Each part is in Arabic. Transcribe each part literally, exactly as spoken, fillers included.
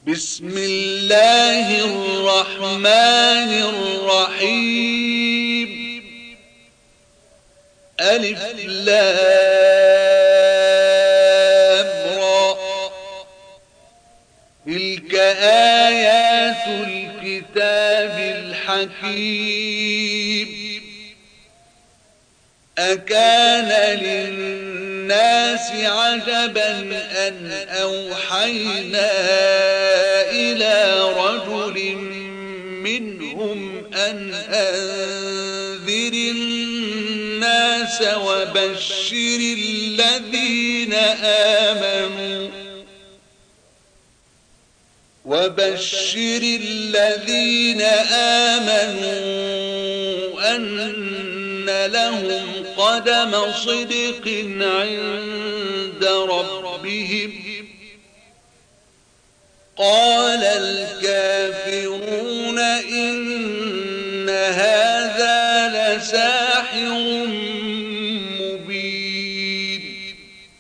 بسم الله الرحمن الرحيم. ألف لام را. تلك آيات الكتاب الحكيم. أكان للناس عجبا أن أوحينا إلى رجل منهم أن أنذر الناس وبشر الذين آمنوا وبشر الذين آمنوا أن لهم قدم صدق عند ربهم. قال الكافرون إن هذا لساحر مبين.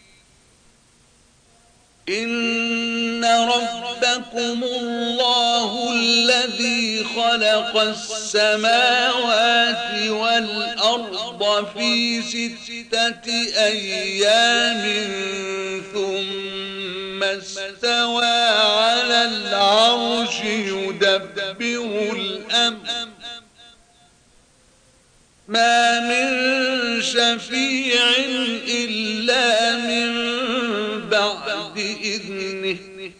إن ربكم الله الذي خلق السماوات والأرض في ستة أيام ثم استوى على العرش يدبر الأمر ما من شفيع إلا من بعد إذنه.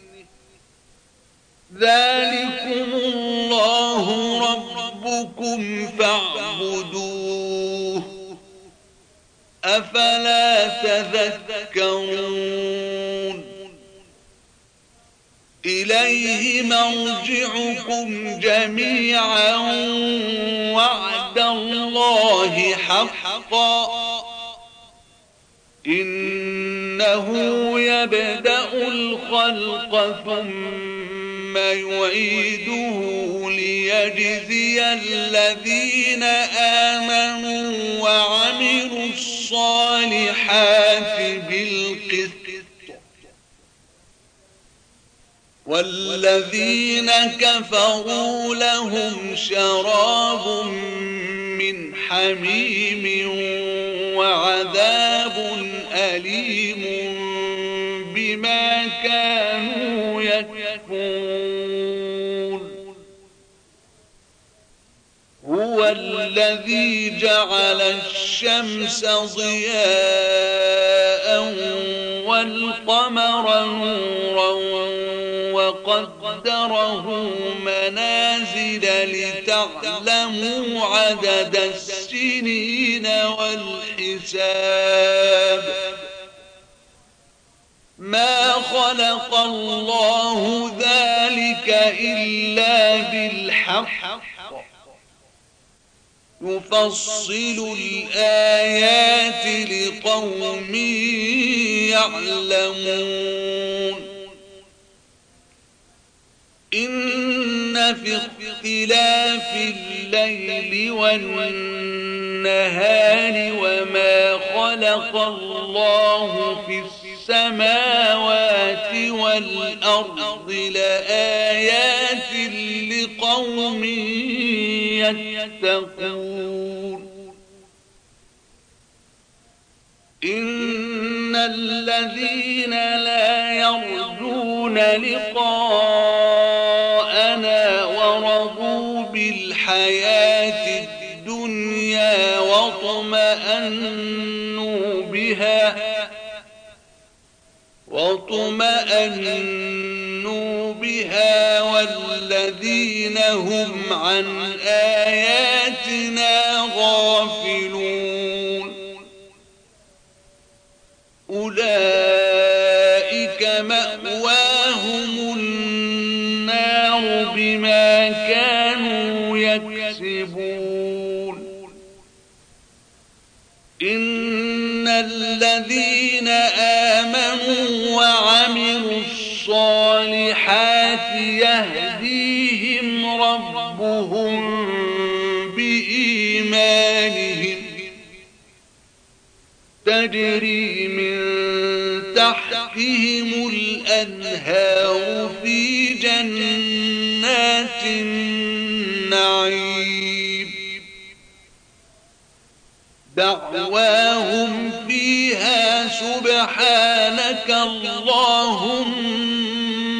ذلكم الله ربكم فاعبدوه أفلا تذكرون. إليه مرجعكم جميعا وعد الله حقا إنه يبدأ الخلق ثم يعيده ليجزي الذين آمنوا وعملوا الصالحات بالقسط والذين كفروا لهم شراب من حميم وعذاب أليم بما كانوا يكفرون. هو الذي جعل الشمس ضياء والقمر نورا وقدره منازل لتعلموا عدد السنين والحساب. ما خلق الله ذلك إلا بالحق يفصل الآيات لقوم يعلمون. إن في اختلاف الليل والنهار وما خلق الله في السماوات والأرض لآيات لقوم يتقون. إن الذين لا يرجون لقاءنا ورضوا بالحياة الدنيا واطمأنوا بها واطمأنوا بها والذين هم عن آياتنا غافلون أولئك مأواهم النار بما كانوا يكسبون. إن الذين آمنوا وعملوا الصالحات يهديهم ربهم بإيمانهم تجري من تحتهم الأنهار في جنات النعيم دعواهم فيها سبحانك اللهم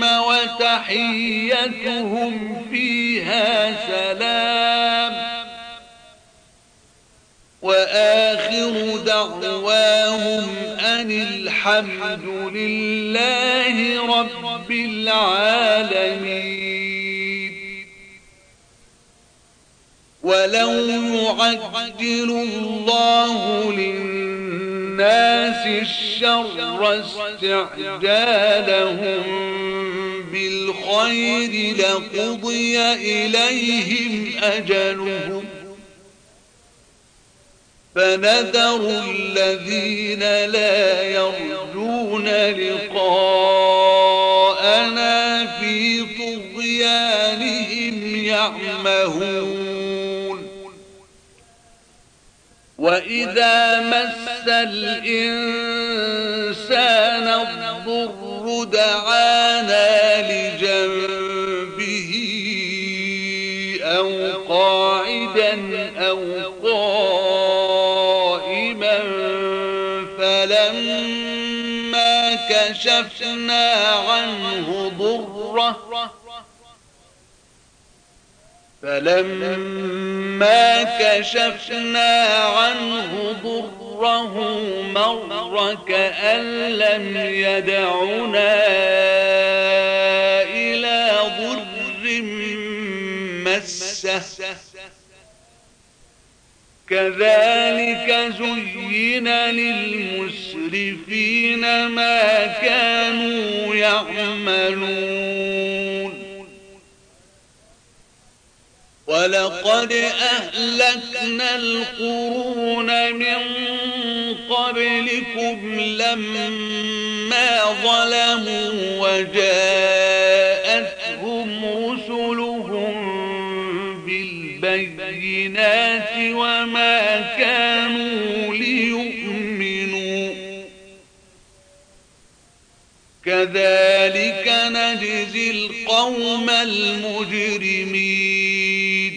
وتحيتهم فيها سلام وآخر دعواهم أن الحمد لله رب العالمين. ولو يعجل الله للناس الشر استعجالهم بالخير لقضي إليهم أجلهم فنذر الذين لا يرجون لقاءنا في طغيانهم يعمهون. وإذا مس الإنسان الضر دعانا لجنبه أو قاعدا أو قائما فلما كشفنا عنه ضره فلما كشفنا عنه ضره مر كأن لم يدعنا إلى ضر مسه كذلك زين للمسرفين ما كانوا يعملون. ولقد أهلكنا القرون من قبلكم لما ظلموا وجاءتهم رسلهم بالبينات وما كانوا ليؤمنوا كذلك نجزي القوم المجرمين.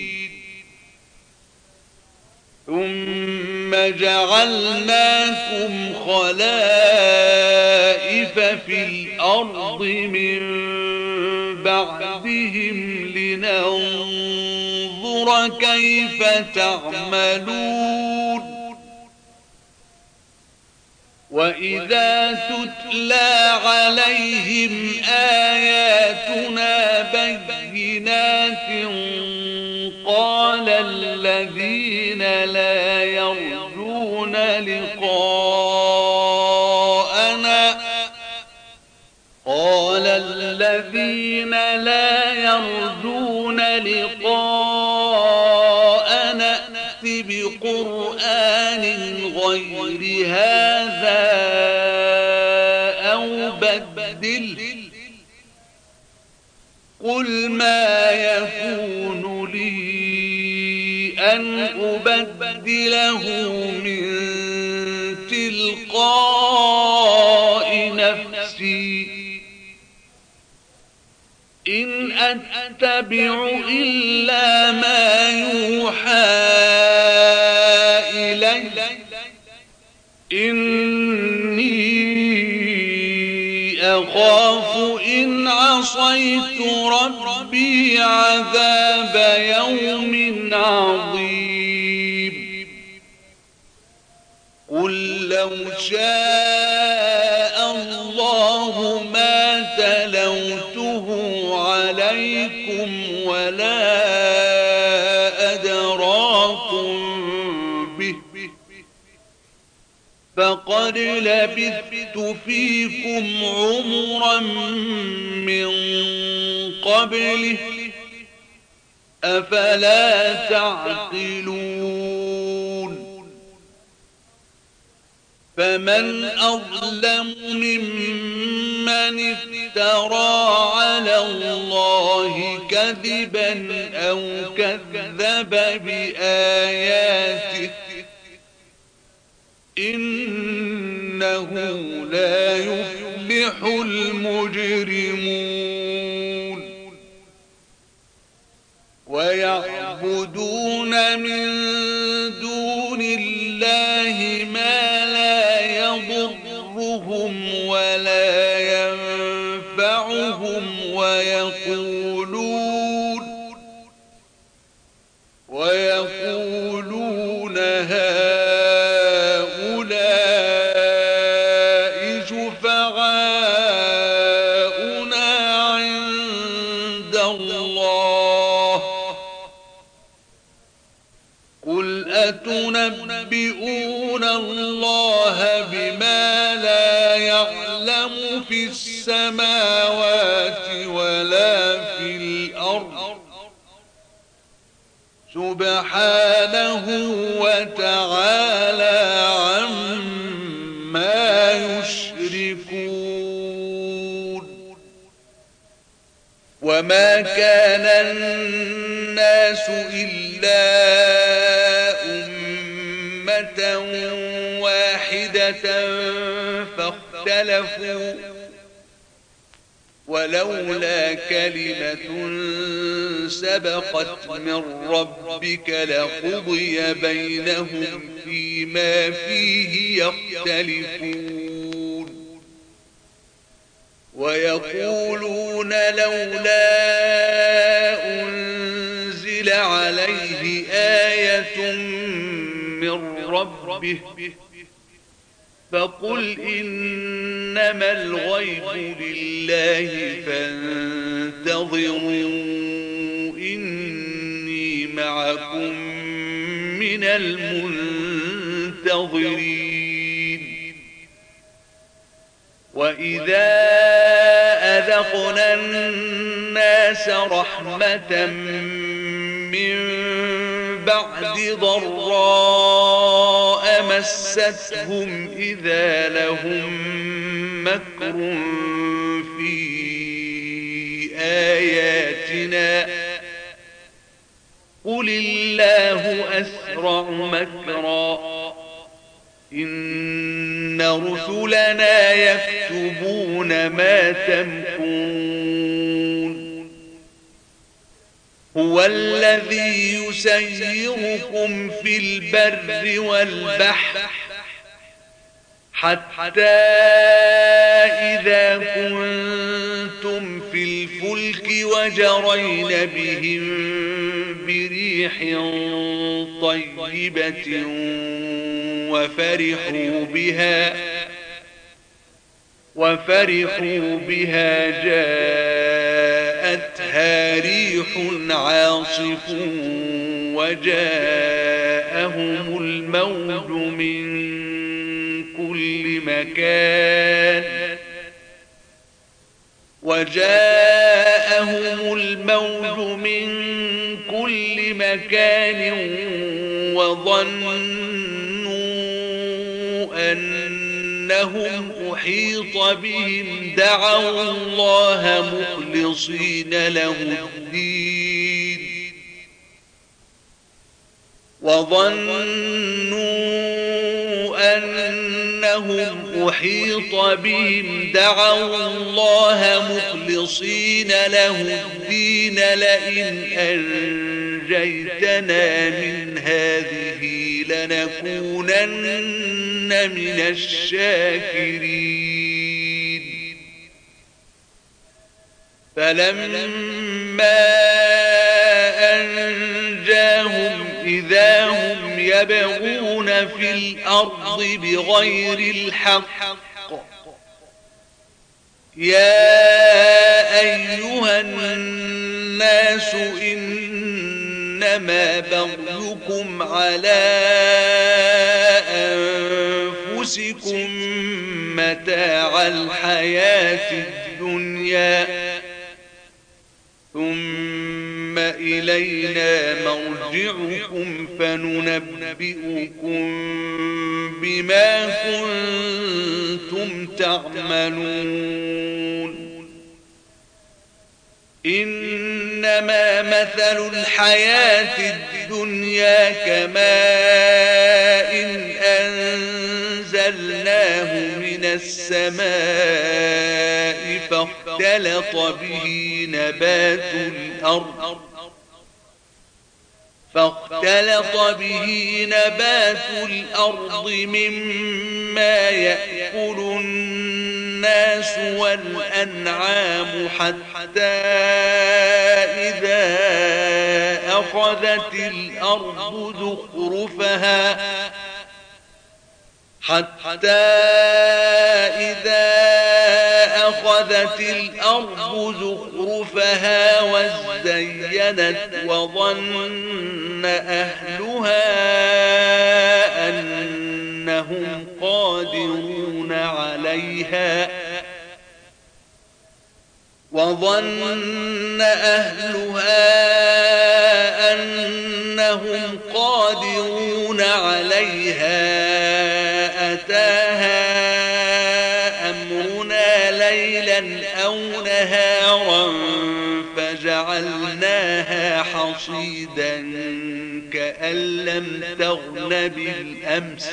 ثم جعلناكم خلائف في الأرض من بعدهم لننظر كيف تعملون. وإذا تتلى عليهم آياتنا بينات قال الذين لا يرجون لقاءنا قال الذين لا يرجون لقاءنا ائت بقرآن غير هذا أو بدله قل ما يكون لي أن أبدله من تلقاء نفسي إن أتبع إلا ما يوحى إلي إني أخاف إن عصيت ربي عذاب يوم عظيم. قل لو شاء الله ما تلوته عليكم ولا أدراكم به فقد لبثت فيكم عمرا من قبله أفلا تعقلون. فمن أظلم ممن افترى على الله كذبا أو كذب بآياته إنه لا يفلح المجرمون. يعبدون من دون الله ما لا يضرهم ولا ينفعهم ويقولون ويقولون هؤلاء شفعاؤنا عند الله قل أتنبئون الله بما لا يعلم في السماوات ولا في الأرض سبحانه وتعالى عما يشركون وما كان الناس إلا أمة واحدة فاختلفوا ولولا كلمة سبقت من ربك لقضي بينهم فيما فيه يختلفون ويقولون لولا أنزل عليه آية من ربه فقل إنما الغيب لله فانتظروا إني معكم من المنتظرين وإذا أذقنا الناس رحمة من بعد ضراء مستهم إذا لهم مكر في آياتنا قل الله أسرع مكرا إن رسلنا يكتبون ما تمكرون هو الذي يسيركم في البر والبحر حتى إذا كنتم في الفلك وجرين بهم بريح طيبة وفرحوا بها وفرحوا بها جاءتها ريح عاصف وجاءهم الموج من كل مكان وجاءهم الموج من كل مكان وظنوا أنهم أحيط بهم دعوا الله مخلصين له الدين وظنوا أنهم أحيط بهم دعوا الله مخلصين له الدين لئن أنجيتنا من هذه لنكونن من الشاكرين فلما أنجاهم إذا هم يبغون في الأرض بغير الحق يا أيها الناس إنما بغيكم على أنفسكم متاع الحياة الدنيا ثم إلينا مرجعكم فننبئكم بما كنتم تعملون إنما مثل الحياة الدنيا كماء أنزلناه من السماء فاختلط به نبات الأرض فاختلط به نبات الأرض مما يأكل الناس والأنعام حتى إذا أخذت الأرض زخرفها حتى إذا أخذت الأرض زخرفها وزينت وظن أهلها أنهم قادرون عليها وظن أهلها أنهم قادرون عليها أتاها أمرنا ليلا أو نهارا فجعلناها حصيدا كأن لم تغن بالأمس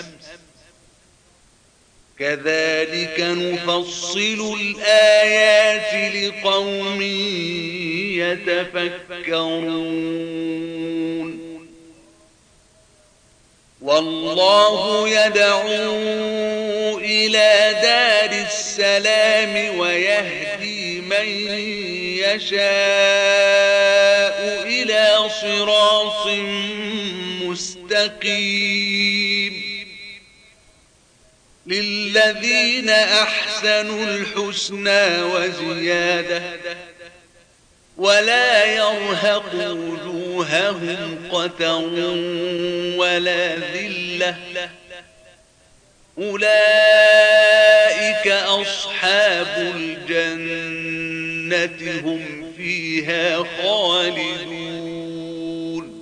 كذلك نفصل الآيات لقوم يتفكرون والله يدعو إلى دار السلام ويهدي من يشاء إلى صراط مستقيم للذين أحسنوا الحسنى وزيادة ولا يرهق وجوههم قتر ولا ذلة أولئك أصحاب الجنة هم فيها خالدون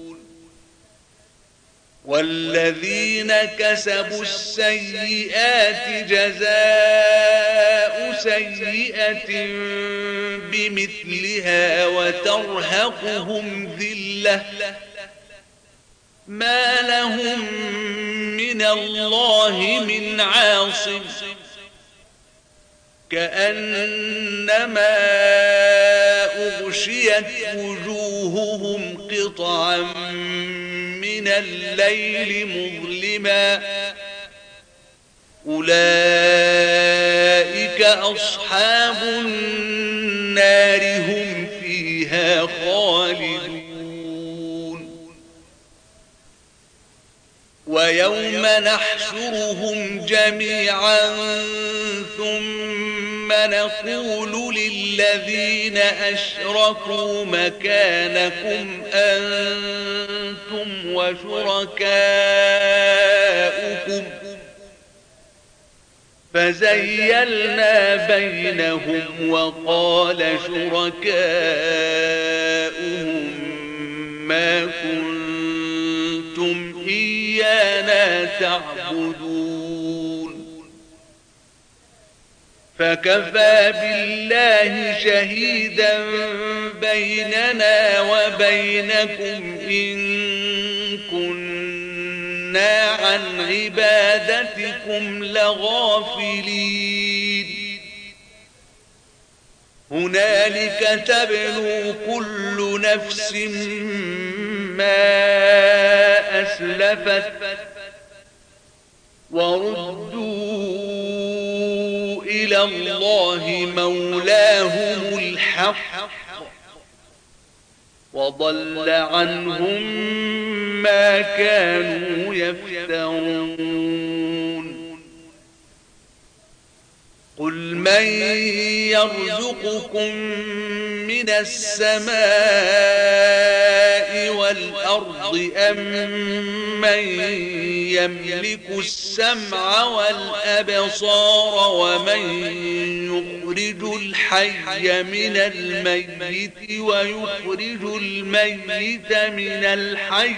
والذين كسبوا السيئات جزاء سيئة بمثلها وترهقهم ذلة ما لهم من الله من عاصم كأنما أغشيت وجوههم قطعا من الليل مظلما أولئك أصحاب النار هم فيها خالدون ويوم نحشرهم جميعا ثم نقول للذين أشركوا مكانكم أنتم وشركاؤكم فزيلنا بينهم وقال شركاؤهم ما كنتم إيانا تعبدون فكفى بالله شهيدا بيننا وبينكم إن كنا عن عبادتكم لغافلين هنالك تبلو كل نفس ما أسلفت وردوا إلى الله مولاهم الحق وضل عنهم ما كانوا يفترون قل من يرزقكم من السماء والأرض أم من يملك السمع والأبصار ومن يخرج الحي من الميت ويخرج الميت من الحي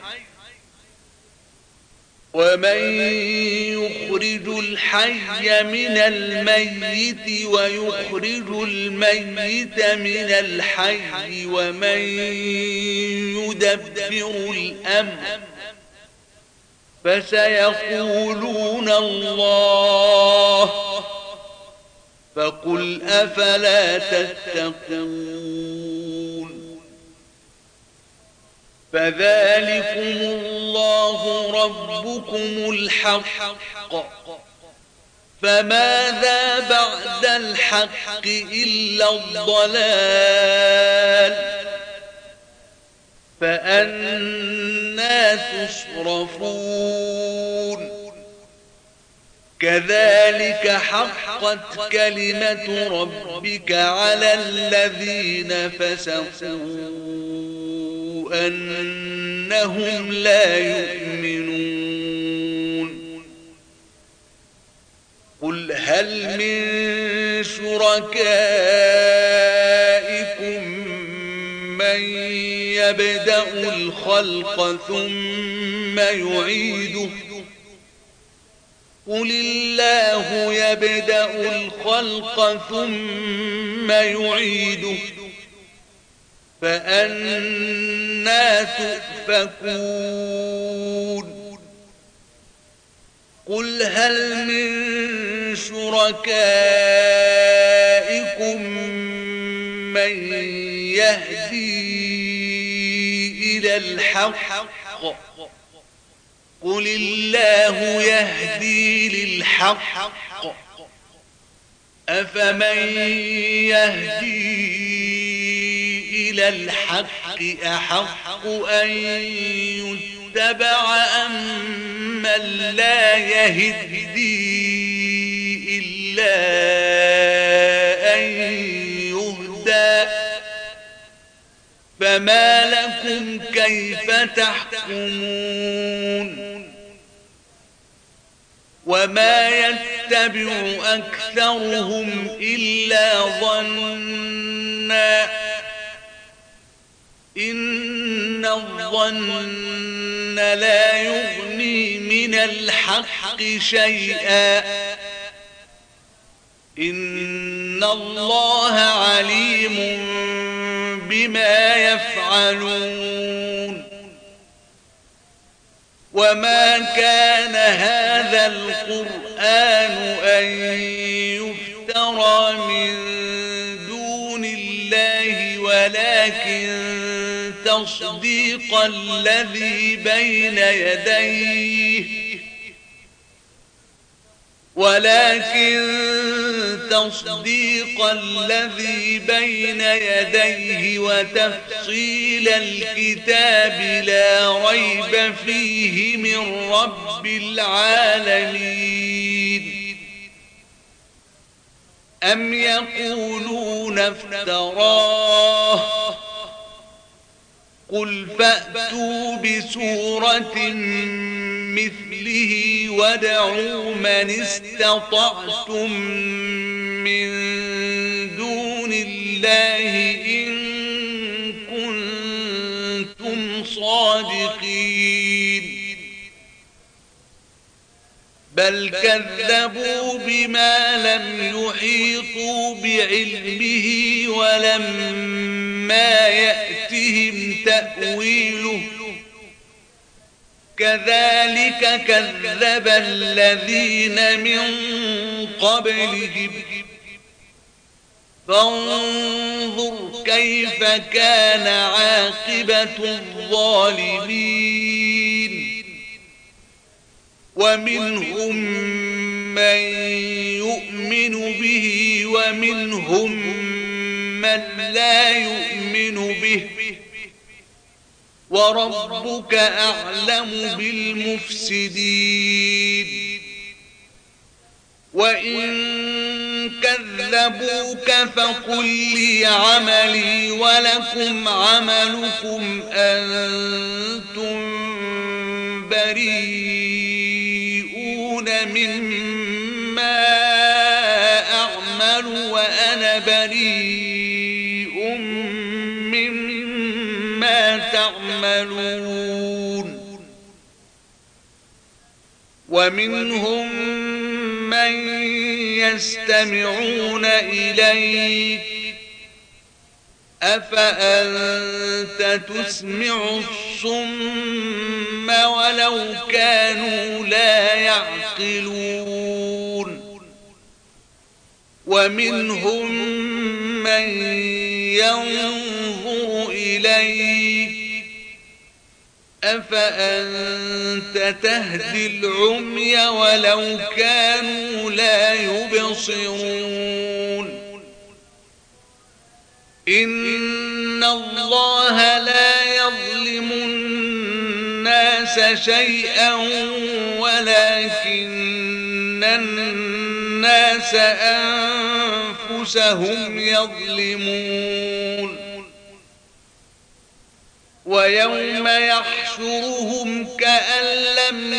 ومن يخرج الحي من الميت ويخرج الميت من الحي ومن يدبر الأمر فسيقولون الله فقل أفلا تتقون فذلكم الله ربكم الحق، فماذا بعد الحق إلا الضلال، فأنى تصرفون. كذلك حقت كلمة ربك على الذين فسقوا أنهم لا يؤمنون. قل هل من شركائكم من يبدأ الخلق ثم يعيده، قل الله يبدأ الخلق ثم يعيده، فأنى تؤفكون. قل هل من شركائكم من يهدي إلى الحق، قل الله يهدي للحق، أفمن يهدي إلى الحق أحق أن يتبع أم من لا يهدي إلا أن يهدى، فما لكم كيف تحكمون. وما يتبع أكثرهم إلا ظنا، إن الظن لا يغني من الحق شيئا، إن الله عليم بما يفعلون. وما كان هذا القرآن أن يفترى من دون الله، ولكن تصديق الذي بين يديه ولكن تصديق الذي بين يديه وتفصيل الكتاب لا ريب فيه من رب العالمين. أم يقولون افتراه، قل فأتوا بسورة مثله وادعوا من استطعتم من دون الله إن كنتم صادقين. بل كذبوا بما لم يحيطوا بعلمه ولما يأتهم تأويله، كذلك كذب الذين من قبلهم، فانظر كيف كان عاقبة الظالمين. ومنهم من يؤمن به ومنهم من لا يؤمن به، وربك أعلم بالمفسدين. وإن كذبوك فقل لي عملي ولكم عملكم أنتم بريئون مما أعمل وأنا بريء مما تعملون. ومنهم من يستمعون إليك، أفأنت تسمع الصم ولو كانوا لا يعقلون. ومنهم من ينظر إليك، أفأنت تهدي العمي ولو كانوا لا يبصرون إن الله لا يظلم الناس شيئا ولكن الناس أنفسهم يظلمون ويوم يحشرهم كأن لم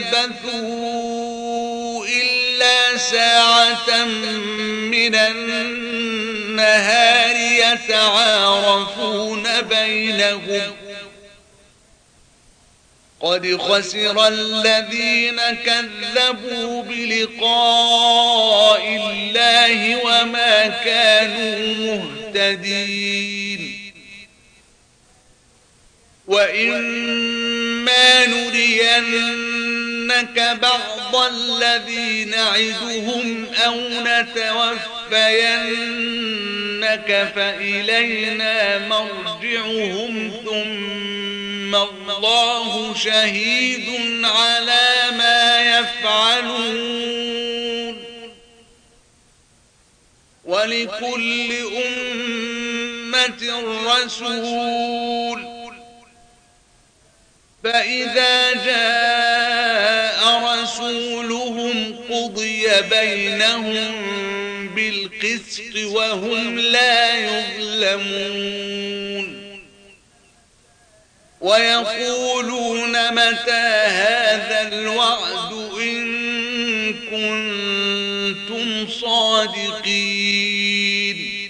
يلبثوا إلا ساعة من النهار يتعارفون بينهم قد خسر الذين كذبوا بلقاء الله وما كانوا مهتدين وإما نرينك بعض الذي نعدهم أو نتوفينك فإلينا مرجعهم ثم الله شهيد على ما يفعلون ولكل أمة رسول فإذا جاء رسولهم قضي بينهم بالقسط وهم لا يظلمون ويقولون متى هذا الوعد إن كنتم صادقين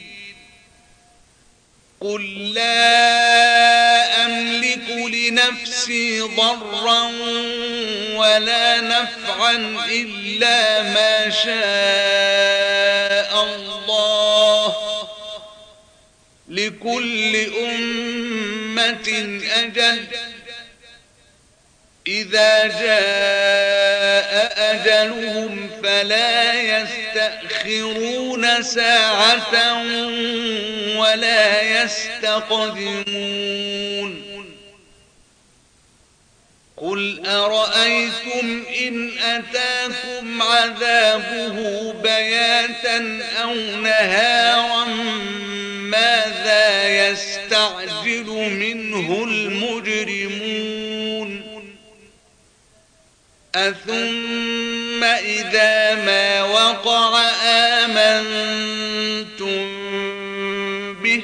قل لا أملك لنفسي ضرا ولا نفعا إلا ما شاء الله لكل أمة أجل إذا جاء أجلهم فلا يستأخرون ساعة ولا يستقدمون قل أرأيتم إن أتاكم عذابه بياتا أو نهارا ماذا يستعجل منه المجرمون أثم إذا ما وقع آمنتم به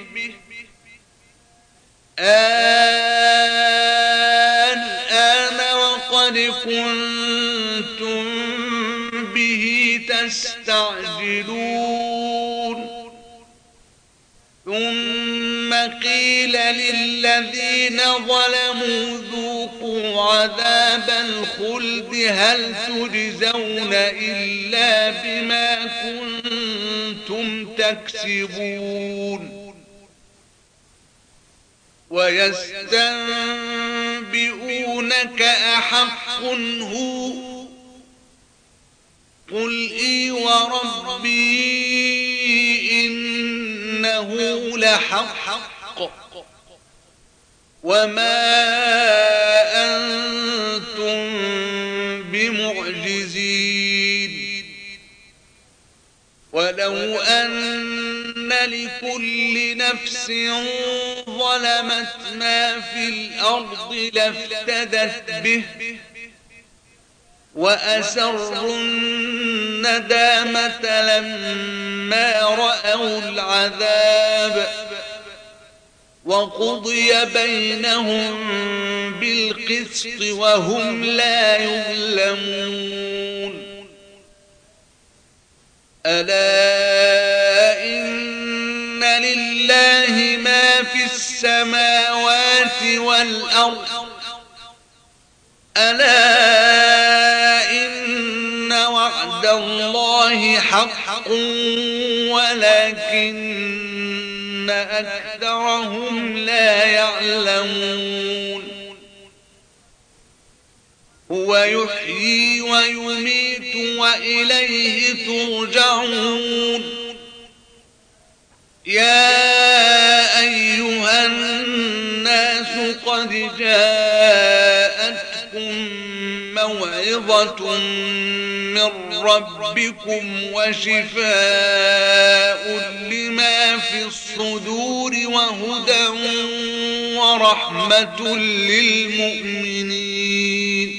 الآن وقد كنتم به تستعجلون ثم قيل للذين ظلموا ذوقوا عذاب الخلد هل تجزون إلا بما كنتم تكسبون ويستنبئونك أحق هو قل إي وربي إنه لحق وما أنتم بمعجزين ولو أن لكل نفس ظلمت ما في الأرض لافتدت به وأسروا الندامة لما رأوا العذاب وقضي بينهم بالقسط وهم لا يظلمون ألا إن لله ما في السماوات والأرض ألا إن وعد الله حق ولكن أكثرهم لا يعلمون هو يحيي ويميت وإليه ترجعون يا أيها الناس قد جاءكم جاءتكم موعظة من ربكم وشفاء لما في الصدور وهدى ورحمة للمؤمنين.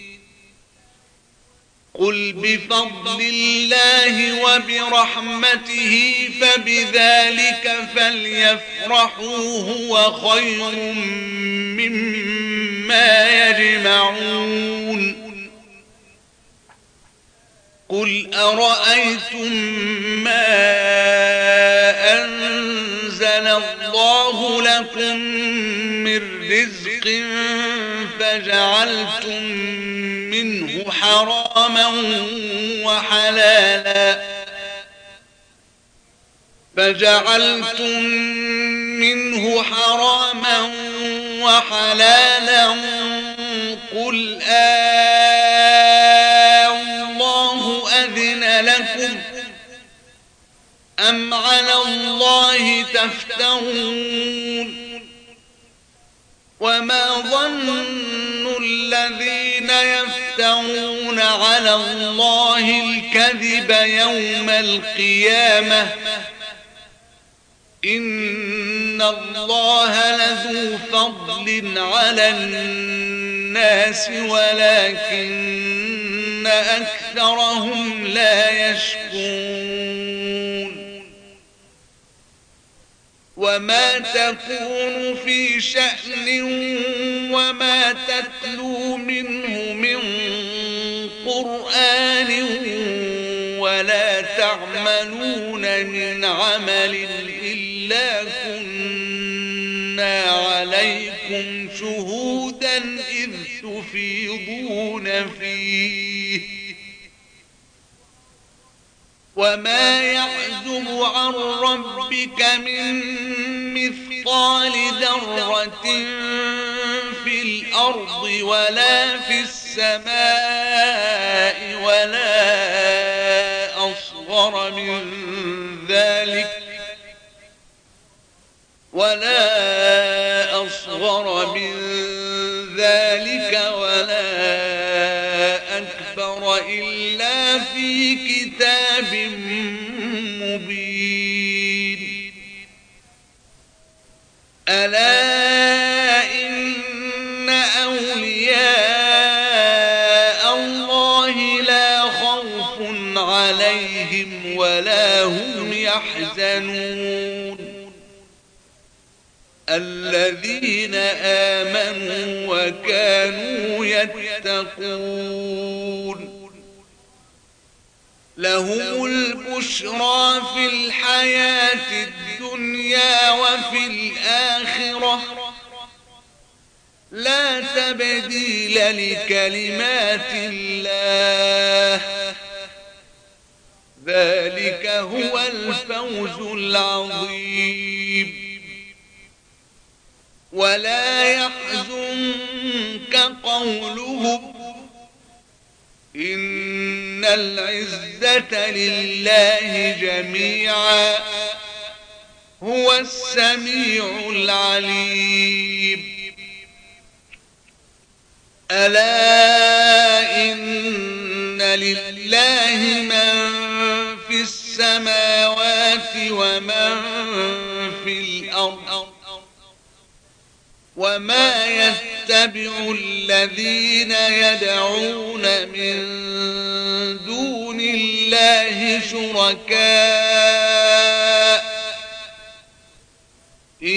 قل بفضل الله وبرحمته فبذلك فليفرحوا هو خير مما يجمعون. قل أرأيتم ما أنزل الله لكم من رزق فجعلتم منه حراما وحلالا فجعلتم منه حراما وحلالا قل آه الله أذن لكم أم على الله تفترون. وما ظن الذين يفترون على الله الكذب يوم القيامة إن الله لذو فضل على الناس ولكن أكثرهم لا يشكرون. وما تكون في شأن وما تتلو منه من قرآن ولا تعملون من عمل إلا كنا عليكم شهودا إذ تفيضون فيه. وما يعزب عن ربك من مثقال ذرة في الأرض ولا في السماء ولا أصغر من ذلك ولا أصغر من ذلك ولا أكبر إلا في كتاب مبين. ألا إن أولياء الله لا خوف عليهم ولا هم يحزنون الذين آمنوا وكانوا يتقون. لهم البشرى في الحياة الدنيا وفي الآخرة لا تبديل لكلمات الله ذلك هو الفوز العظيم. ولا يحزنك قولهم إن العزة لله جميعا هو السميع العليم. ألا إن لله من في السماوات ومن في الأرض وما يتبع الذين يدعون من دون الله شركاء إن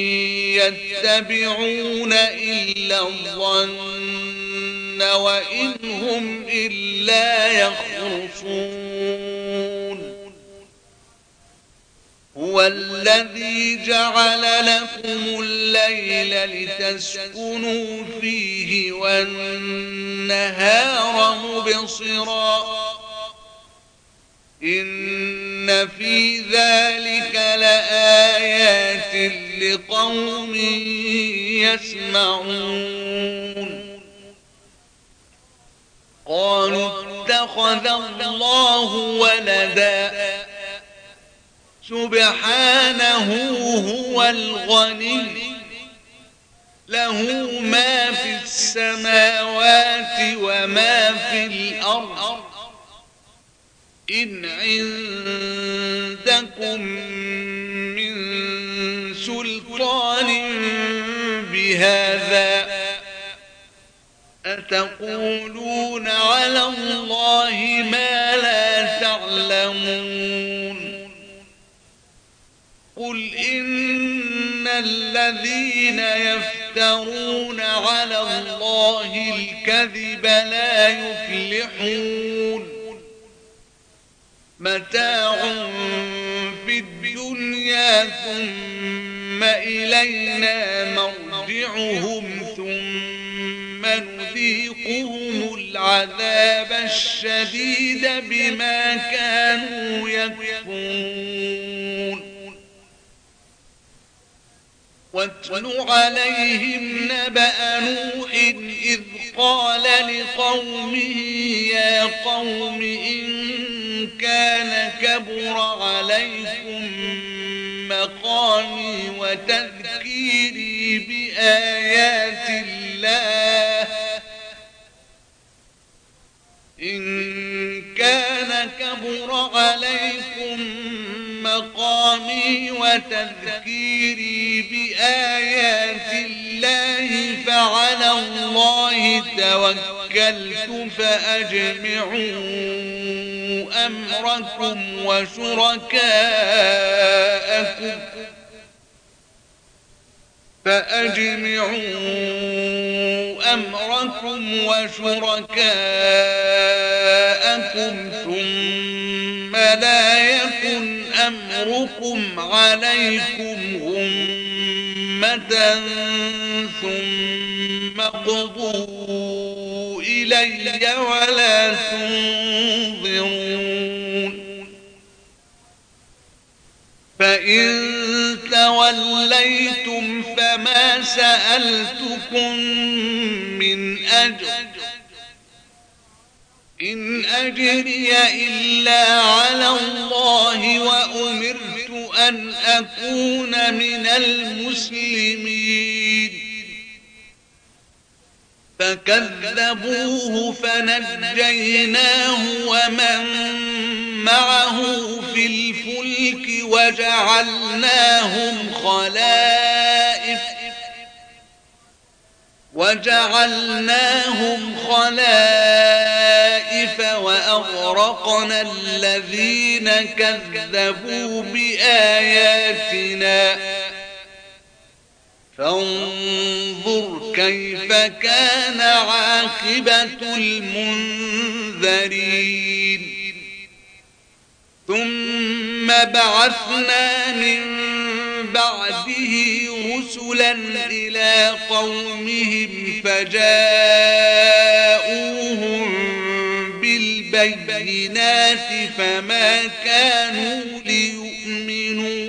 يتبعون إلا الظن وإن هم إلا يخرصون. هو الذي جعل لكم الليل لتسكنوا فيه والنهار مبصرا إن في ذلك لآيات لقوم يسمعون. قالوا اتخذ الله ولدا سبحانه هو الغني له ما في السماوات وما في الأرض إن عندكم من سلطان بهذا أتقولون على الله ما لا تعلمون قل إن الذين يفترون على الله الكذب لا يفلحون متاع في الدنيا ثم إلينا مرجعهم ثم نذيقهم العذاب الشديد بما كانوا يكفرون واتل عليهم نبأ نوح إذ قال لقومه يا قوم إن كان كبر عليكم مقامي وتذكيري بآيات الله إن كان كبر عليكم مقامي وتذكيري بآيات الله فعلى الله توكلت فأجمعوا أمركم وشركاءكم فأجمعوا أمركم وشركاءكم ثم لا يكن أمركم عليكم غمة ثم اقضوا إلي ولا تنظرون فإن توليتم فما سألتكم من أجر إن أجري إلا على الله وأمرت أن أكون من المسلمين فكذبوه فنجيناه ومن معه في الفلك وجعلناهم خلائف وجعلناهم خلائف وأغرقنا الذين كذبوا بآياتنا فانظر كيف كان عاقبة المنذرين ثم بعثنا من بعده رسلا إلى قومهم فجاءوهم بالبينات فما كانوا ليؤمنوا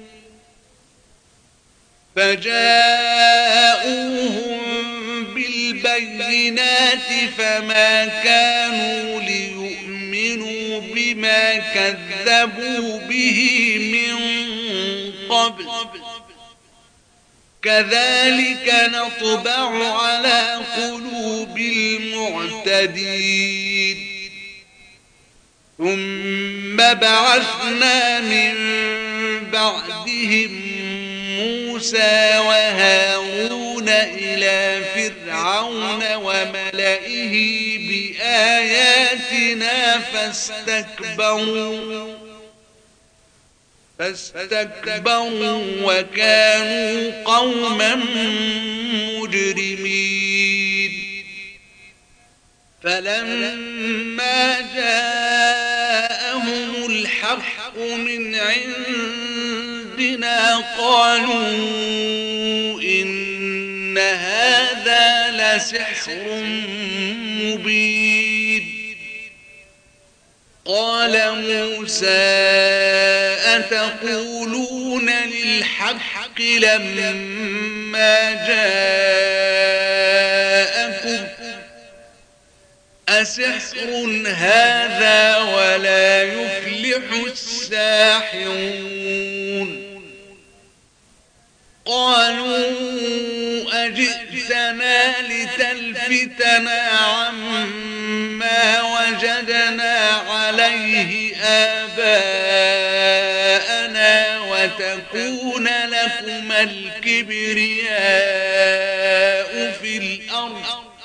فجاءوهم بالبينات فما كانوا ليؤمنوا بما كذبوا به من قبل كذلك نطبع على قلوب المعتدين ثم بعثنا من بعدهم موسى وهارون إلى فرعون وملئه بآياتنا فاستكبروا فاستكبروا وكانوا قوما مجرمين فلما جاءهم الحق من عندنا قالوا إن هذا لسحر مبين قال موسى أتقولون للحق لما جاءكم أسحر هذا ولا يفلح الساحرون قالوا أجئتنا لتلفتنا عما وجدنا عليه آباءنا وتكون لكما الكبرياء في الأرض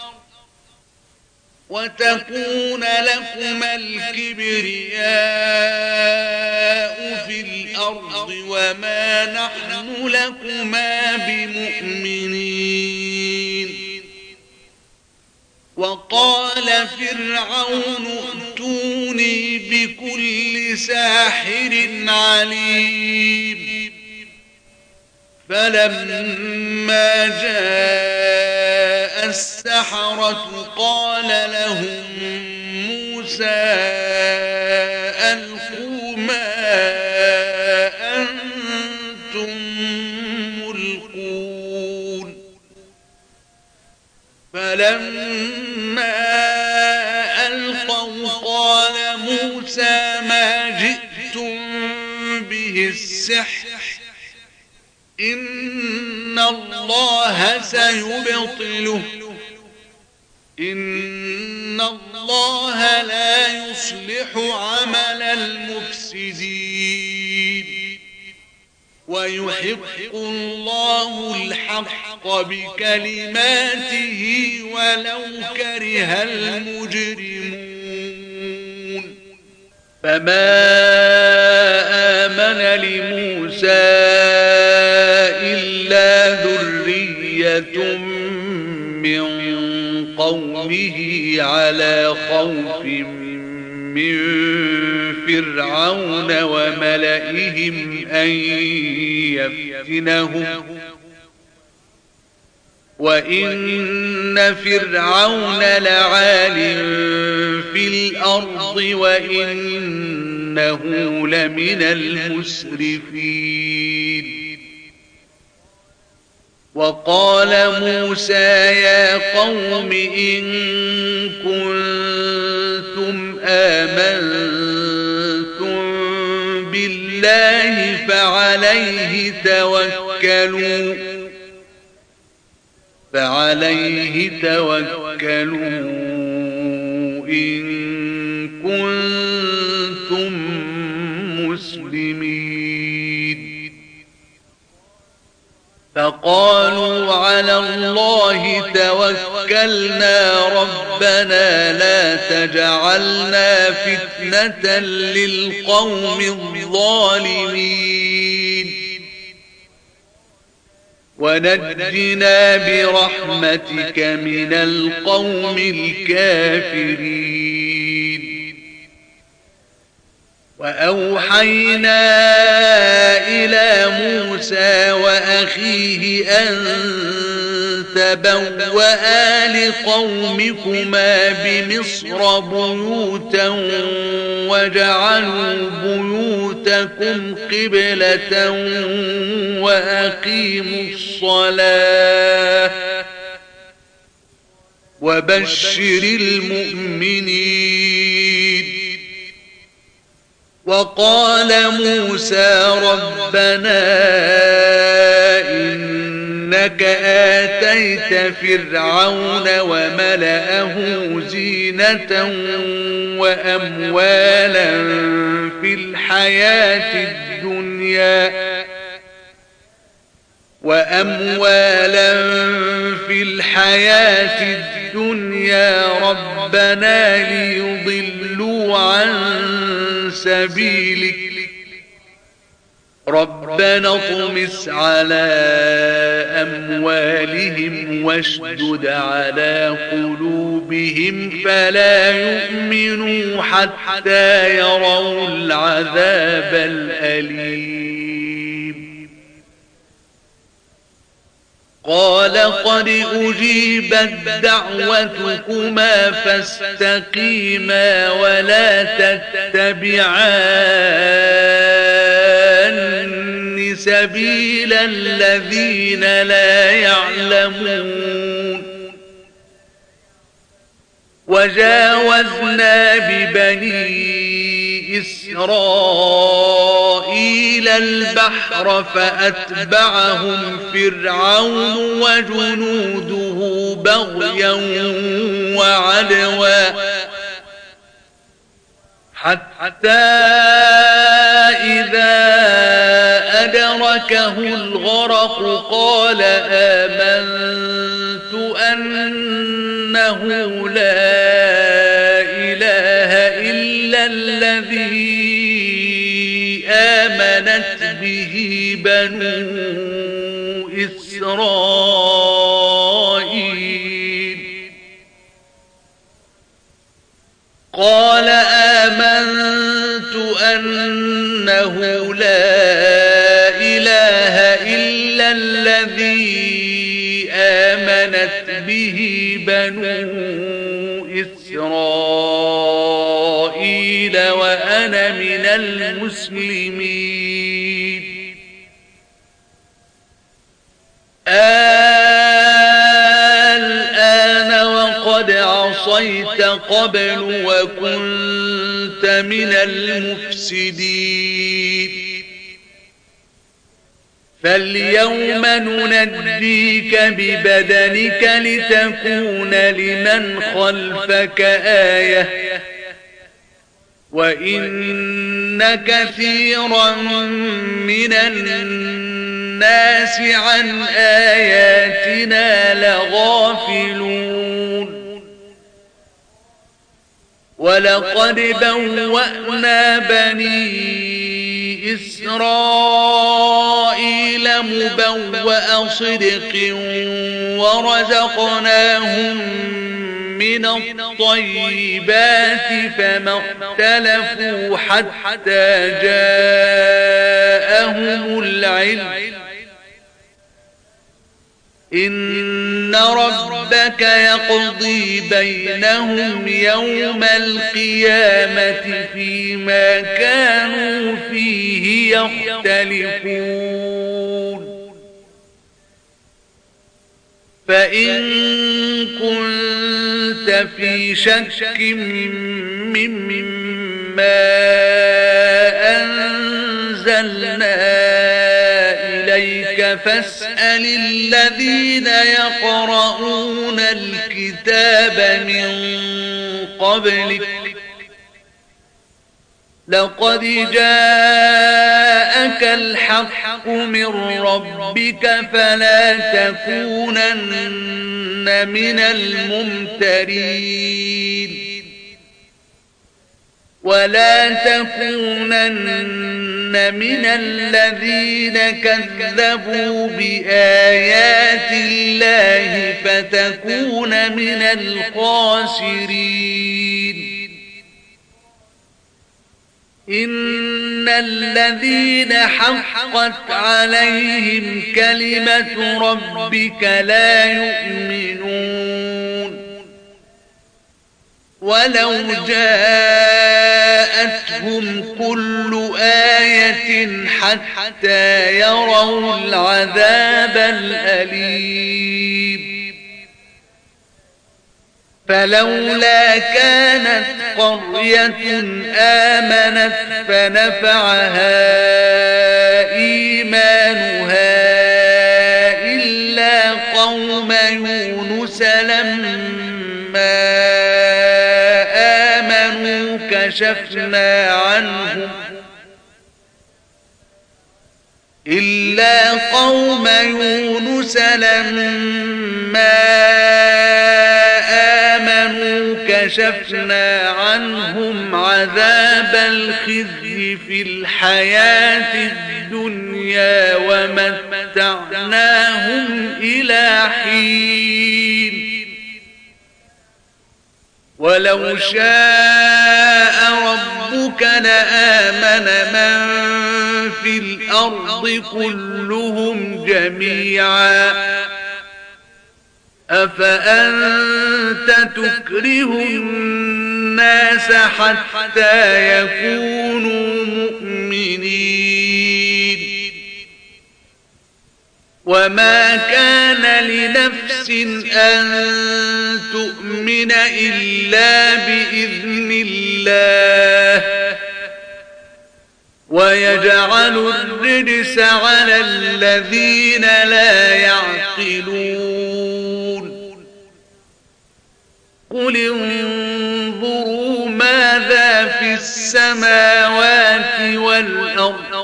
وتكون لكما الكبرياء في الأرض وما نحن لكما بمؤمنين. وقال فرعون ائتوني بكل ساحر عليم. فلما جاء السحرة قال لهم موسى ألقوا ما أنتم ملقون. فلما ألقوا قال موسى ما جئتم به السحر إن الله سيبطله إن الله لا يصلح عمل المفسدين ويحق الله الحق بكلماته ولو كره المجرمون. فما آمن لموسى إلا ذرية من قومه على خوف من فرعون وملئهم أن يفتنهم وإن فرعون لعال في الأرض وإنه لمن المسرفين. وقال موسى يا قوم إن كنتم آمنتم بالله فعليه توكلوا فعليه توكلوا إن كنتم مسلمين. فقالوا على الله توكلنا ربنا لا تجعلنا فتنة للقوم الظالمين ونجنا برحمتك من القوم الكافرين. وأوحينا إلى موسى وأخيه أن تبوأ لقومكما بمصر بيوتا وجعلوا بيوتكم قبلة وأقيموا الصلاة وبشر المؤمنين. وقال موسى ربنا إنك آتيت فرعون وملأه زينة وأموالا في الحياة الدنيا وأموالا في الحياة الدنيا ربنا ليضلوا عن سبيلك ربنا اطمس على أموالهم واشدد على قلوبهم فلا يؤمنوا حتى يروا العذاب الأليم. قال قد أجيبت دعوتكما فاستقيما ولا تتبعان سبيل الذين لا يعلمون. وجاوزنا ببني إسرائيل البحر فأتبعهم فرعون وجنوده بغيا وعدوا حتى إذا أدركه الغرق قال آمنت أنه لا إله إلا الذي آمنت به بنو إسرائيل قال آمنت أنه لا إله إلا الذي آمنت به بنو إسرائيل وأنا من المسلمين الآن وقد عصيت قبل وكنت من المفسدين فاليوم ننجيك ببدنك لتكون لمن خلفك آية وإن كثيرا من الناس عن آياتنا لغافلون ولقد بوأنا بني إسرائيل مبوأ صدق ورزقناهم من الطيبات فما اختلفوا حتى جاءهم العلم إن ربك يقضي بينهم يوم القيامة فيما كانوا فيه يختلفون فإن كنت في شك مما أنزلنا إليك فاسأل الذين يقرؤون الكتاب من قبلك لقد جاءك الحق من ربك فلا تكونن من الممترين ولا تكونن من الذين كذبوا بآيات الله فتكون من الخاسرين إن الذين حقت عليهم كلمة ربك لا يؤمنون ولو جاءتهم كل آية حتى يروا العذاب الأليم فلولا كانت قرية آمنت فنفعها إيمانها إلا قوم يونس لما آمنوا كشفنا عنهم إلا قوم يونس لما كشفنا عنهم عذاب الخزي في الحياة الدنيا ومتعناهم إلى حين ولو شاء ربك لآمن من في الأرض كلهم جميعا أفأنت تكره الناس حتى يكونوا مؤمنين وما كان لنفس أن تؤمن إلا بإذن الله ويجعل الرجس على الذين لا يعقلون قل انظروا ماذا في السماوات والأرض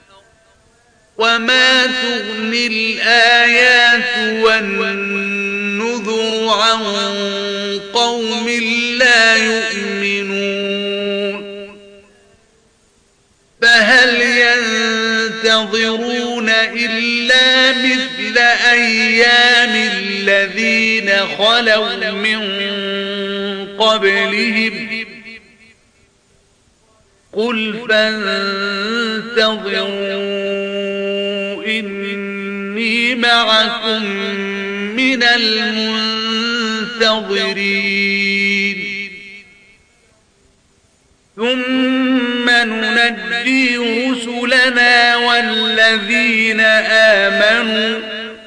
وما تغني الآيات والنذر عن قوم لا يؤمنون فهل ينتظرون إلا مثل أيام الذين خلوا من قبلهم قل فانتظروا إني معكم من المنتظرين ثم ننجي رسلنا والذين آمنوا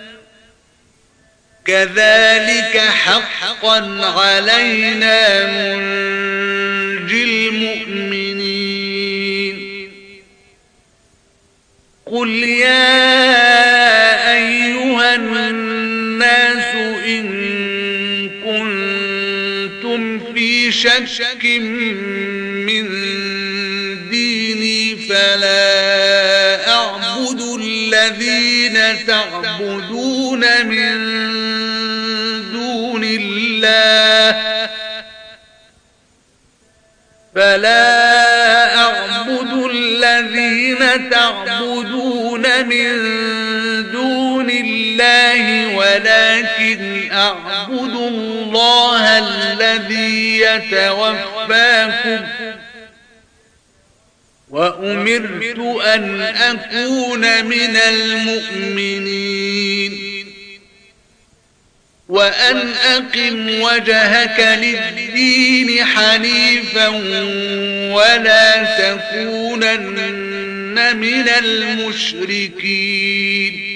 كذلك حقا علينا ننجي المؤمنين قل يا أيها الناس إن كنتم في شك من ديني فلا أعبد الذين تعبدون من دون الله فلا أعبد الذين تعبدون من دون الله ولكن أعبد الله الذي يتوفاكم وأمرت أن أكون من المؤمنين وأن أقم وجهك للدين حنيفا ولا تكونن من المشركين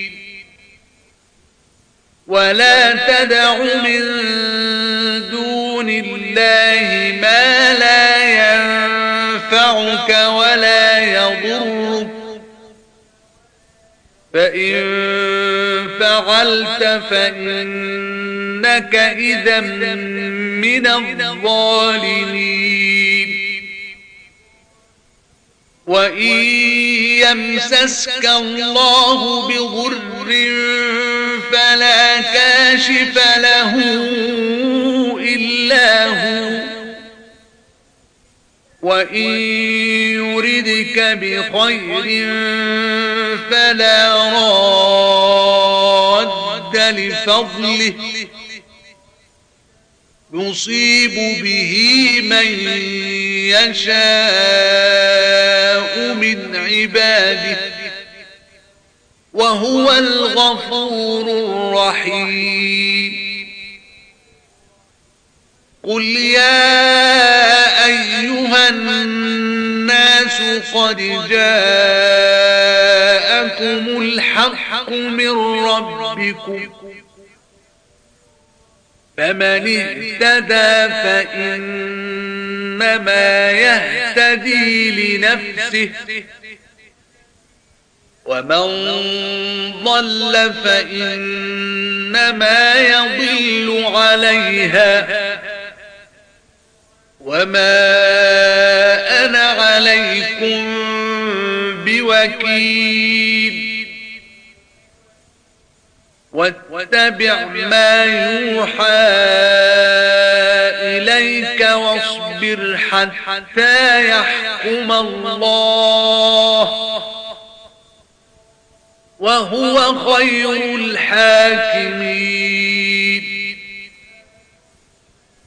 ولا تدع من دون الله ما لا ينفعك ولا يضرك فإن فعلت فإنك إذا من الظالمين وإن يمسسك الله بضر فلا كاشف له إلا هو وإن يردك بخير فلا راد لفضله يصيب به من يشاء من عباده وهو الغفور الرحيم قل يا أيها الناس قد جاءكم الحق من ربكم فمن اهتدى فإنما يهتدي لنفسه ومن ضل فإنما يضل عليها وما أنا عليكم بوكيل واتبع ما يوحى إليك واصبر حتى يحكم الله وهو خير الحاكمين